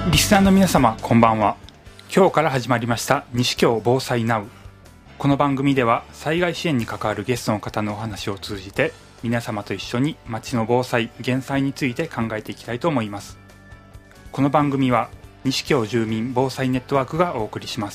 リスナーの皆様こんばんは。今日から始まりました西京防災ナウ。この番組では災害支援に関わるゲストの方のお話を通じて皆様と一緒に町の防災・減災について考えていきたいと思います。この番組は西京住民防災ネットワークがお送りします。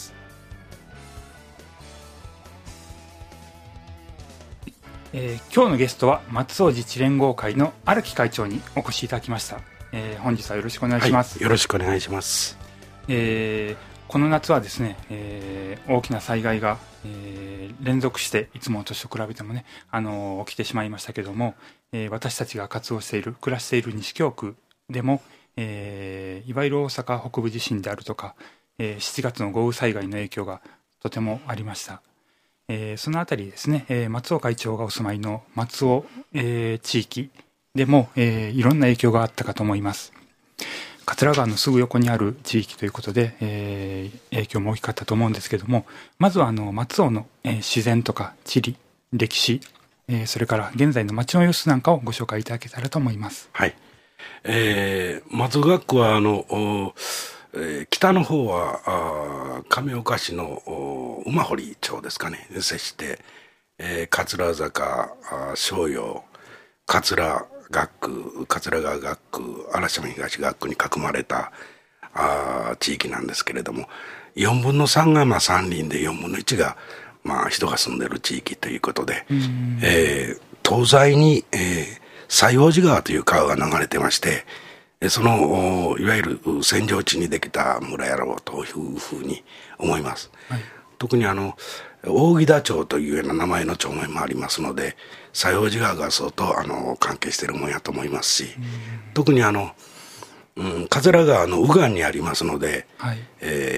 今日のゲストは松尾自治連合会の荒木会長にお越しいただきました。本日はよろしくお願いします。 よろしくお願いします。 この夏はですね、大きな災害が、連続していつもの年と比べてもね、起きてしまいましたけども、私たちが活動している暮らしている西京区でも、いわゆる大阪北部地震であるとか、7月の豪雨災害の影響がとてもありました。そのあたりですね、松尾会長がお住まいの松尾、地域でも、いろんな影響があったかと思います。桂川のすぐ横にある地域ということで、影響も大きかったと思うんですけども、まずは松尾の、自然とか地理、歴史、それから現在の町の様子なんかをご紹介いただけたらと思います。 はい。松尾学区は北の方は亀岡市の馬堀町ですかね、接して、桂坂、商用、桂川学区、嵐山東学区に囲まれた地域なんですけれども、4分の3が山林で4分の1が人が住んでいる地域ということで、東西に、西王子川という川が流れてまして、そのいわゆる扇状地にできた村やろうというふうに思います。はい、特に大木田町というような名前の町名もありますので、西王子川が相当関係しているもんやと思いますし、特に桂川の右岸にありますので、はい、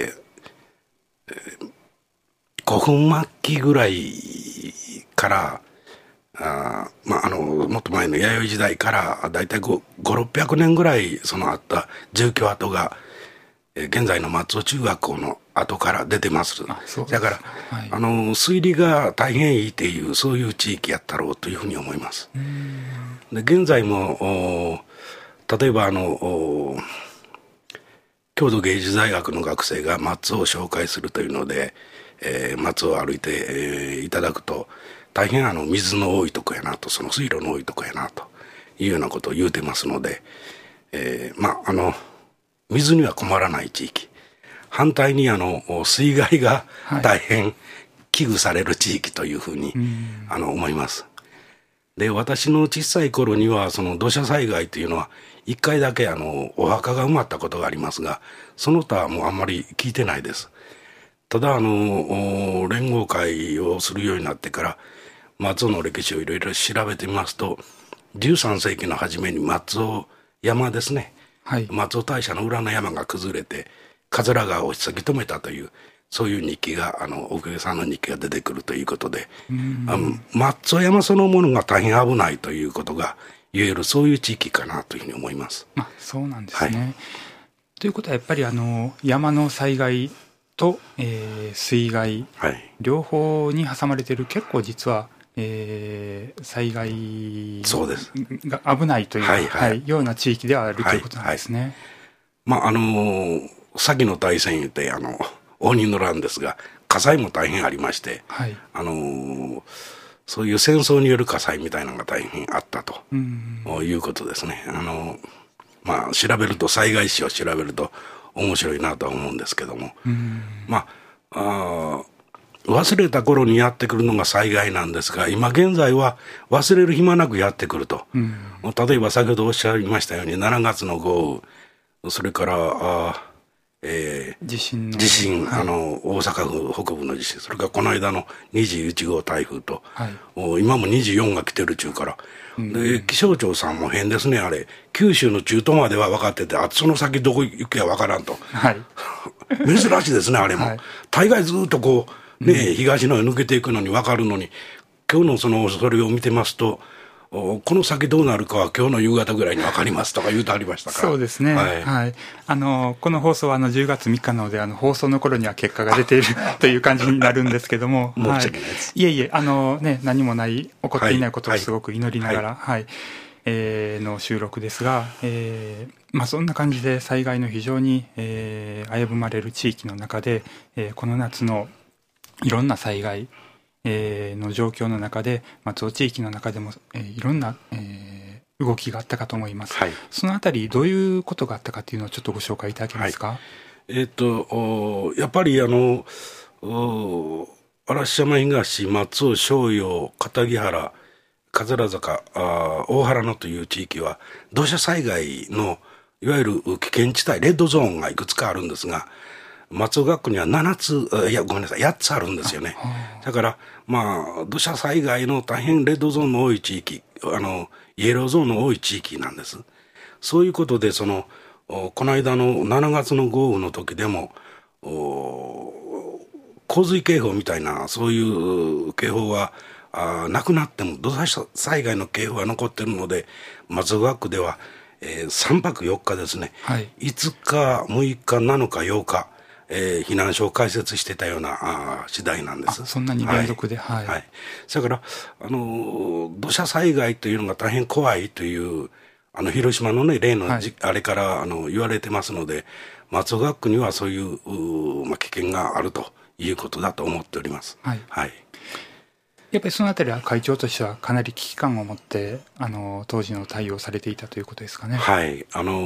古墳末期ぐらいからもっと前の弥生時代からだいたい5、600年ぐらいそのあった住居跡が、現在の松尾中学校の後から出てます。だから、はい、水利が大変いいっていうそういう地域やったろうというふうに思います。で現在も例えば郷土芸術大学の学生が松尾を紹介するというので、松尾を歩いて、いただくと大変水の多いとこやなと、その水路の多いとこやなというようなことを言うてますので、水には困らない地域、反対に水害が大変危惧される地域というふうに、思います。で、私の小さい頃にはその土砂災害というのは一回だけお墓が埋まったことがありますが、その他はもうあんまり聞いてないです。ただ連合会をするようになってから松尾の歴史をいろいろ調べてみますと、13世紀の初めに松尾山ですね、はい、松尾大社の裏の山が崩れて桂川をせき止めたという、そういう日記がお公家さんの日記が出てくるということで、松尾山そのものが大変危ないということが言える、そういう地域かなというふうに思います。 そうなんですね。はい、ということはやっぱり山の災害と、水害、はい、両方に挟まれている、結構実は災害が危ないという、はいはい、ような地域ではあるということなんですね。 先の大戦言って応仁の乱ですが、火災も大変ありまして、はい、そういう戦争による火災みたいなのが大変あったということですね。調べると、災害史を調べると面白いなとは思うんですけども、忘れた頃にやってくるのが災害なんですが、今現在は忘れる暇なくやってくると。例えば先ほどおっしゃいましたように7月の豪雨、それから地震、はい、大阪府北部の地震、それからこの間の21号台風と、はい、今も24が来てる中から、で気象庁さんも変ですね。あれ九州の中東までは分かってて、その先どこ行くか分からんと、はい、珍しいですね。あれも、はい、大概ずっとこう東の方へ抜けていくのに分かるのに、今日のそれを見てますと、この先どうなるかは今日の夕方ぐらいに分かりますとか言うてありましたから。 そうですね、はいはい、この放送は10月3日なので、放送の頃には結果が出ているという感じになるんですけども申し訳ないです、 いえいえ、何もない、起こっていないことをすごく祈りながら、はい、 の収録ですが、そんな感じで災害の非常に、危ぶまれる地域の中で、この夏のいろんな災害、の状況の中で松尾地域の中でも、いろんな、動きがあったかと思います、はい、そのあたりどういうことがあったかというのをちょっとご紹介いただけますか。はい、 やっぱり嵐山東、松尾、商陽、片木原、桂坂、大原野という地域は土砂災害のいわゆる危険地帯、レッドゾーンがいくつかあるんですが、松尾学区には8つあるんですよね。だから、土砂災害の大変レッドゾーンの多い地域、イエローゾーンの多い地域なんです。そういうことで、この間の7月の豪雨の時でも、洪水警報みたいな、そういう警報は、なくなっても土砂災害の警報が残っているので、松尾学区では、3泊4日ですね、はい、5日、6日、7日、8日、避難所を開設してたような次第なんです。 そんなに連続で、はい。 はい。それから、土砂災害というのが大変怖いという、広島のね、例の、はい、あれから言われてますので、松尾学区にはそういう、危険があるということだと思っております。はい。はい。 やっぱりそのあたりは会長としてはかなり危機感を持って、当時の対応されていたということですかね。 はい。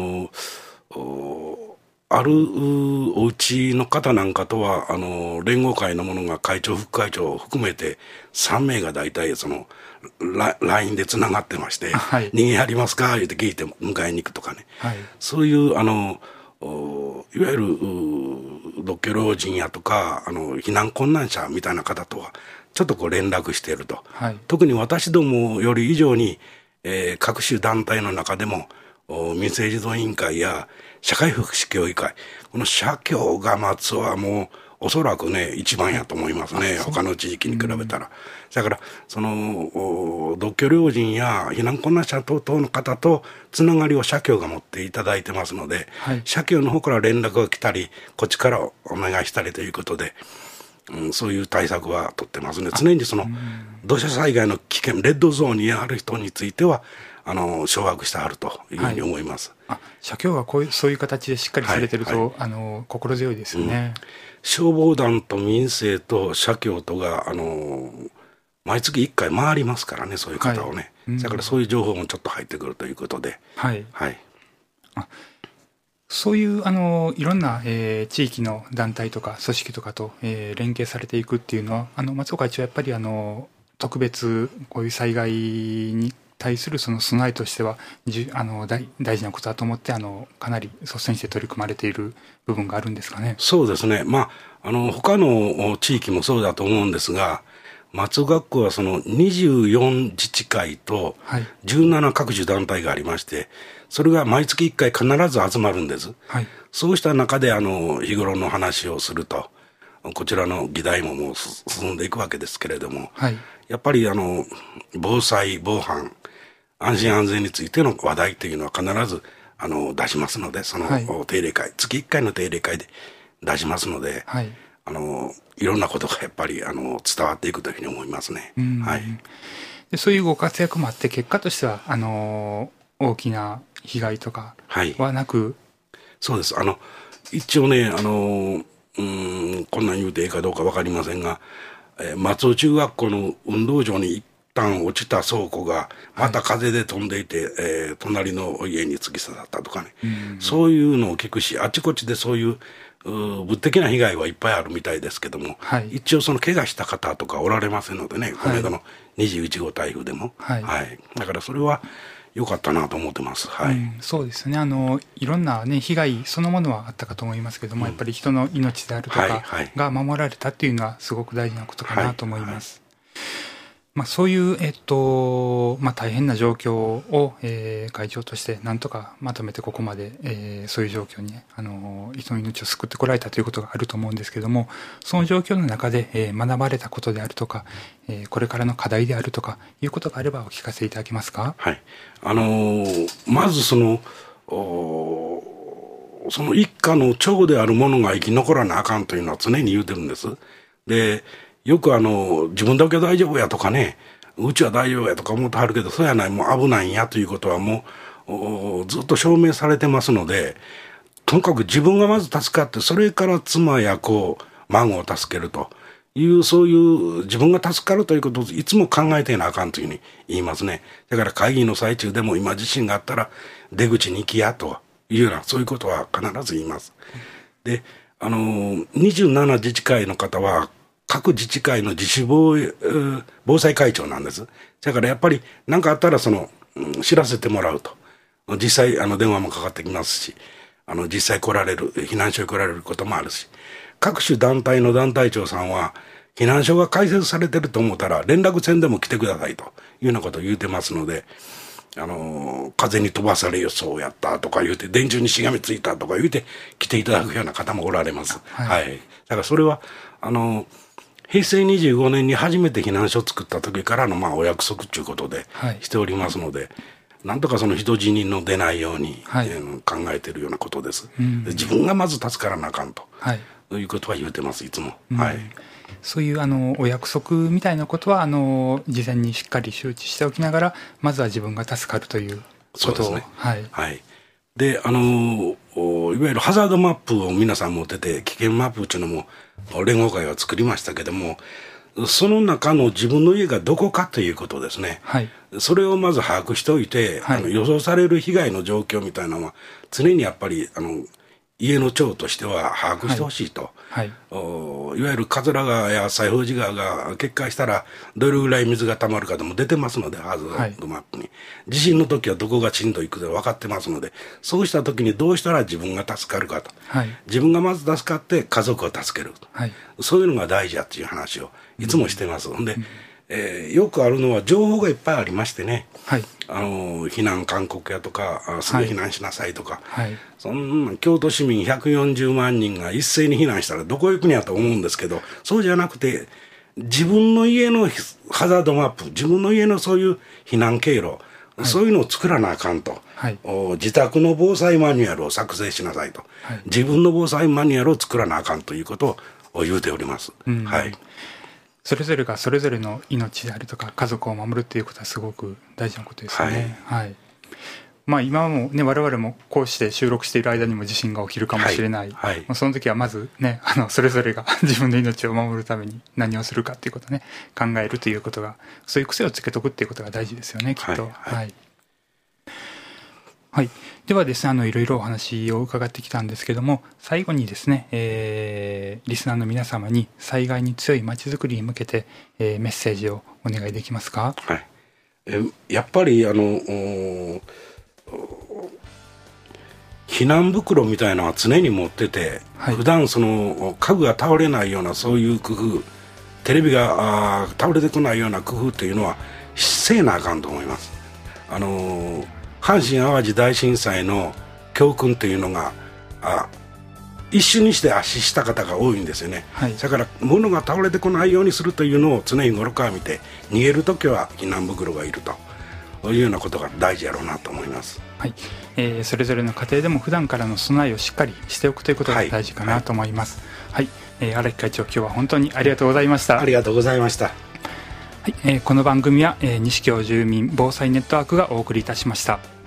あるお家の方なんかとは、連合会の者が会長、副会長を含めて3名が大体LINE でつながってまして、はい、逃げはりますか言って聞いて迎えに行くとかね。はい、そういう、いわゆる、独居老人やとか、避難困難者みたいな方とは、ちょっと連絡していると。はい、特に私どもより以上に、各種団体の中でも、民生児童委員会や社会福祉協議会、この社協が松尾はもうおそらくね、一番やと思いますね、他の地域に比べたら。だから、独居老人や避難困難者等々の方とつながりを社協が持っていただいてますので、はい、社協の方から連絡が来たり、こっちからお願いしたりということで、そういう対策は取ってますね。常に土砂災害の危険、レッドゾーンにある人については、掌握してあるというふうに思います。 はい、社協がそういう形でしっかりされてると、はいはい、心強いですよね。 消防団と民生と社協とが、毎月1回回りますからね、そういう方をね。はい、だからそういう情報もちょっと入ってくるということで。はい。はい。 そういういろんな、地域の団体とか組織とかと、連携されていくっていうのは松尾会長はやっぱり特別こういう災害に対するその備えとしては大事なことだと思ってかなり率先して取り組まれている部分があるんですかね。 そうですね。他の地域もそうだと思うんですが、松尾学校は24自治会と17各種団体がありまして、それが毎月1回必ず集まるんです。はい、そうした中で日頃の話をすると、こちらの議題ももう進んでいくわけですけれども、はい、やっぱり防災、防犯、安心安全についての話題というのは必ず出しますので、その定例会、月1回の定例会で出しますので、はい、いろんなことがやっぱり伝わっていくというふうに思いますね。はい、 でそういうご活躍もあって結果としては大きな被害とかはなく、はい、 そうです。一応ねこんなん言うていいかどうか分かりませんが、松尾中学校の運動場に一旦落ちた倉庫がまた風で飛んでいて、はい、隣の家に突き刺さったとかね、そういうのを聞くし、あちこちでそういう物的な被害はいっぱいあるみたいですけども、はい、一応怪我した方とかおられませんのでね、この間の21号台風でも、はいはい、だからそれは良かったなと思ってます。はい。 そうですね。いろんなね、被害そのものはあったかと思いますけども、やっぱり人の命であるとかが守られたっていうのはすごく大事なことかなと思います。そういう、大変な状況を、会長としてなんとかまとめてここまで、そういう状況に、人の命を救ってこられたということがあると思うんですけども、その状況の中で、学ばれたことであるとか、これからの課題であるとかいうことがあればお聞かせいただけますか。 はい。まずその一家の長である者が生き残らなあかんというのは常に言うてるんです。で、よく自分だけ大丈夫やとかね、 うちは大丈夫やとか思ってはるけど、そうやない、もう危ないんやということはもうずっと証明されてますので、とにかく自分がまず助かって、それから妻や子、孫を助けるという、そういう自分が助かるということをいつも考えていなあかんというふうに言いますね。だから会議の最中でも今地震があったら出口に行きやというような、そういうことは必ず言います。で、27自治会の方は各自治会の自主防災会長なんです。だからやっぱり何かあったら知らせてもらうと。実際電話もかかってきますし、実際来られる、避難所に来られることもあるし、各種団体の団体長さんは、避難所が開設されてると思ったら、連絡船でも来てくださいというようなことを言うてますので、風に飛ばされよそうやったとか言うて、電柱にしがみついたとか言うて、来ていただくような方もおられます。はい。はい、だからそれは、平成25年に初めて避難所を作った時からの、お約束ということでしておりますので、なんとか人死にの出ないように、考えているようなことです。自分がまず助からなあかんと。そういうことは言うてます、いつも。はい。 そういうお約束みたいなことは事前にしっかり周知しておきながら、まずは自分が助かるということを。そうですね。はい。はい。 で、いわゆるハザードマップを皆さん持ってて、危険マップっていうのも連合会は作りましたけども、その中の自分の家がどこかということですね。はい。それをまず把握しておいて、予想される被害の状況みたいなのは、常にやっぱり、家の長としては把握してほしいと。はい。いわゆる桂川や西宝寺川が決壊したら、どれぐらい水が溜まるかでも出てますので、ハザードマップに。地震の時はどこが震度いくか分かってますので、そうした時にどうしたら自分が助かるかと。はい。自分がまず助かって家族を助ける。はい。そういうのが大事やっていう話をいつもしてます。ほんで、よくあるのは情報がいっぱいありましてね。はい。避難勧告やとか、すぐ避難しなさいとか。はい。そんな京都市民140万人が一斉に避難したらどこ行くんやと思うんですけど、そうじゃなくて、自分の家のハザードマップ、自分の家のそういう避難経路、そういうのを作らなあかんと。はい。自宅の防災マニュアルを作成しなさいと。はい。自分の防災マニュアルを作らなあかんということを言うております。はい。 それぞれがそれぞれの命であるとか家族を守るっていうことはすごく大事なことですよね。はい。まあ今もね、我々もこうして収録している間にも地震が起きるかもしれない。はい。その時はまずね、それぞれが自分の命を守るために何をするかっていうことをね、考えるということが、そういう癖をつけとくっていうことが大事ですよね、きっと。はい。はい。ではですね、いろいろお話を伺ってきたんですけども、最後にですね、リスナーの皆様に災害に強いまちづくりに向けて、メッセージをお願いできますか？ はい。やっぱり避難袋みたいなのは常に持ってて、はい、普段家具が倒れないようなそういう工夫、テレビが倒れてこないような工夫っていうのはせなあかんと思います。阪神・淡路大震災の教訓というのが一瞬にして圧死した方が多いんですよね。はい、だから物が倒れてこないようにするというのを常にゴロから見て、逃げるときは避難袋がいるというようなことが大事やろうなと思います。 はい。それぞれの家庭でも普段からの備えをしっかりしておくということが大事かなと思います。はい。荒木会長、今日は本当にありがとうございました。 ありがとうございました。 はい。この番組は西京住民防災ネットワークがお送りいたしました。